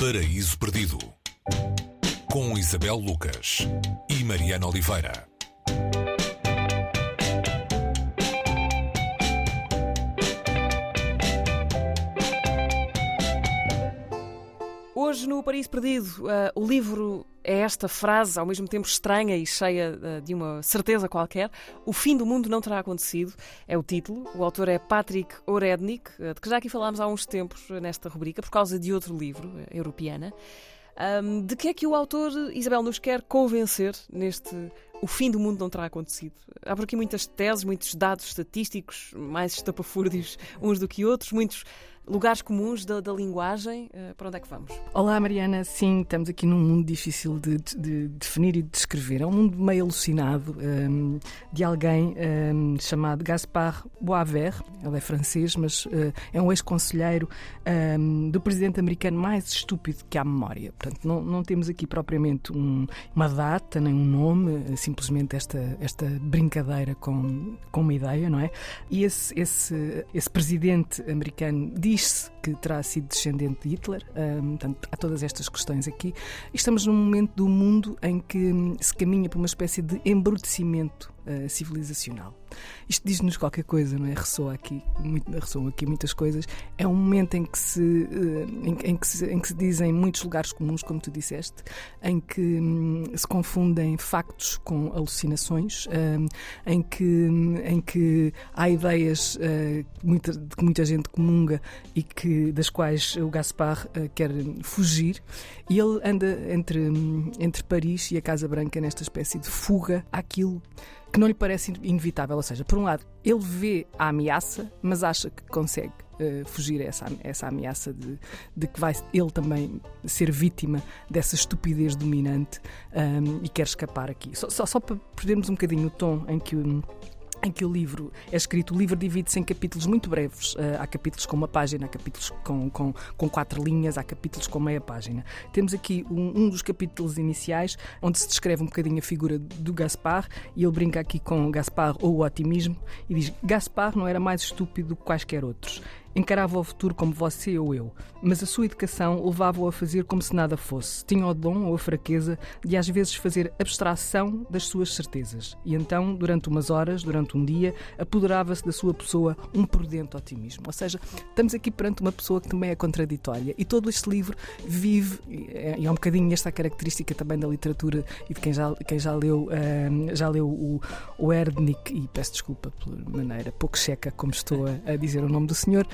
Paraíso Perdido, com Isabel Lucas e Mariana Oliveira. Hoje no Paraíso Perdido, o livro é esta frase, ao mesmo tempo estranha e cheia de uma certeza qualquer: o fim do mundo não terá acontecido, é o título. O autor é Patrick Orednik, de que já aqui falámos há uns tempos nesta rubrica, por causa de outro livro, Europeana. De que é que o autor, Isabel, nos quer convencer neste o fim do mundo não terá acontecido? Há por aqui muitas teses, muitos dados estatísticos, mais estapafúrdios uns do que outros, muitos lugares comuns da linguagem. Para onde é que vamos? Olá, Mariana. Sim, estamos aqui num mundo difícil de definir e de descrever. É um mundo meio alucinado de alguém chamado Gaspard Boisvert. Ele é francês, mas é um ex-conselheiro do presidente americano mais estúpido que há memória. Portanto, não temos aqui propriamente uma data, nem um nome, simplesmente esta brincadeira com uma ideia, não é? E esse presidente americano diz-se que terá sido descendente de Hitler. Portanto, há todas estas questões aqui. E estamos num momento do mundo em que se caminha por uma espécie de embrutecimento civilizacional. Isto diz-nos qualquer coisa, não é? Ressoam aqui muitas coisas. É um momento em que se dizem muitos lugares comuns, como tu disseste, em que se confundem factos com alucinações, em que há ideias que muita gente comunga e das quais o Gaspard quer fugir, e ele anda entre Paris e a Casa Branca nesta espécie de fuga àquilo que não lhe parece inevitável. Ou seja, por um lado, ele vê a ameaça, mas acha que consegue fugir a essa ameaça de que vai ele também ser vítima dessa estupidez dominante, e quer escapar aqui. Só para perdermos um bocadinho o tom em que o livro é escrito. O livro divide-se em capítulos muito breves. Há capítulos com uma página, há capítulos com 4 linhas, há capítulos com meia página. Temos aqui um dos capítulos iniciais, onde se descreve um bocadinho a figura do Gaspard, e ele brinca aqui com Gaspard ou o otimismo, e diz: Gaspard não era mais estúpido do que quaisquer outros. Encarava o futuro como você ou eu, mas a sua educação levava-o a fazer como se nada fosse. Tinha o dom ou a fraqueza de às vezes fazer abstração das suas certezas. E então, durante umas horas, durante um dia, apoderava-se da sua pessoa um prudente otimismo. Ou seja, estamos aqui perante uma pessoa que também é contraditória. E todo este livro vive, e é um bocadinho esta a característica também da literatura, e de quem já leu o Orednik, e peço desculpa pela maneira pouco checa como estou a dizer o nome do senhor,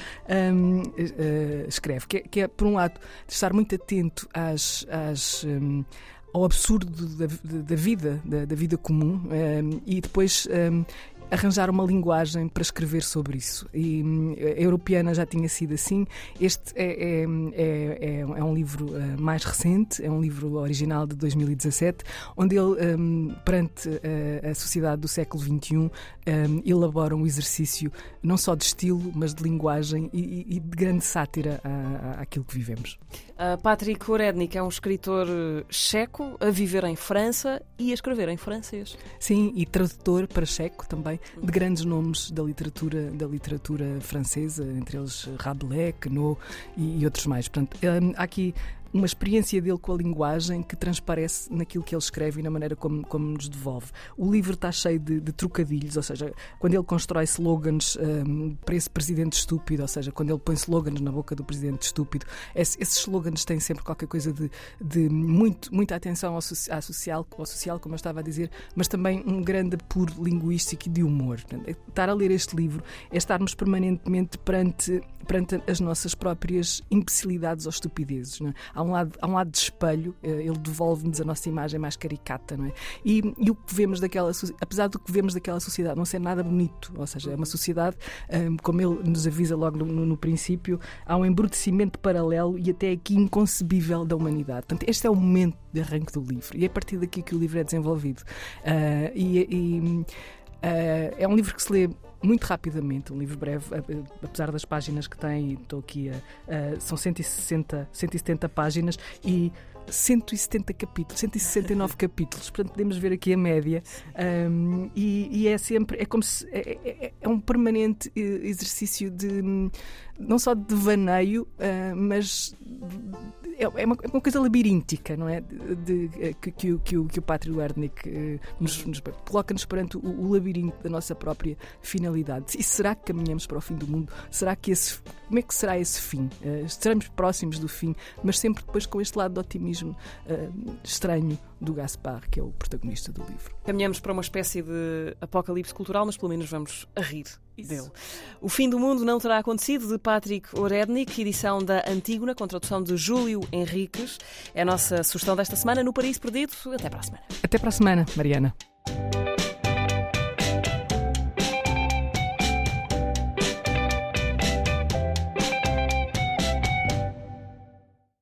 escreve, que é, por um lado, de estar muito atento ao absurdo da vida comum, e depois arranjar uma linguagem para escrever sobre isso. E a Europeana já tinha sido assim. Este é um livro mais recente, é um livro original de 2017, onde ele, perante a sociedade do século XXI, elabora um exercício não só de estilo, mas de linguagem e de grande sátira àquilo que vivemos. Patrick Orednik é um escritor checo a viver em França e a escrever em francês. Sim, e tradutor para checo também de grandes nomes da literatura francesa, entre eles Rabelais, Queneau e outros mais. Portanto, há aqui uma experiência dele com a linguagem que transparece naquilo que ele escreve e na maneira como nos devolve. O livro está cheio de trocadilhos, ou seja, quando ele constrói slogans para esse presidente estúpido, ou seja, quando ele põe slogans na boca do presidente estúpido, esses slogans têm sempre qualquer coisa de muita atenção ao social, como eu estava a dizer, mas também um grande apuro linguístico e de humor. Portanto, estar a ler este livro é estarmos permanentemente perante as nossas próprias imbecilidades ou estupidezes, não é? Há um lado de espelho, ele devolve-nos a nossa imagem mais caricata, não é? E o que vemos apesar do que vemos daquela sociedade não ser nada bonito, ou seja, é uma sociedade, como ele nos avisa logo no princípio, há um embrutecimento paralelo e até aqui inconcebível da humanidade. Portanto, este é o momento de arranque do livro, e é a partir daqui que o livro é desenvolvido. É um livro que se lê muito rapidamente, um livro breve, apesar das páginas que tem. Estou aqui são 170 páginas e 170 capítulos, 169 capítulos, portanto podemos ver aqui a média, e é sempre, é como se é um permanente exercício de não só de devaneio, mas é uma coisa labiríntica, não é? Que o Patrik Erdős nos coloca-nos perante o labirinto da nossa própria finalidade. E será que caminhamos para o fim do mundo? Como é que será esse fim? Estaremos próximos do fim, mas sempre depois com este lado de otimismo estranho do Gaspar, que é o protagonista do livro. Caminhamos para uma espécie de apocalipse cultural, mas pelo menos vamos a rir dele. O Fim do Mundo Não Terá Acontecido, de Patrik Erdős, edição da Antígona, com tradução de Júlio Henriques. É a nossa sugestão desta semana no Paraíso Perdido. Até para a semana. Até para a semana, Mariana.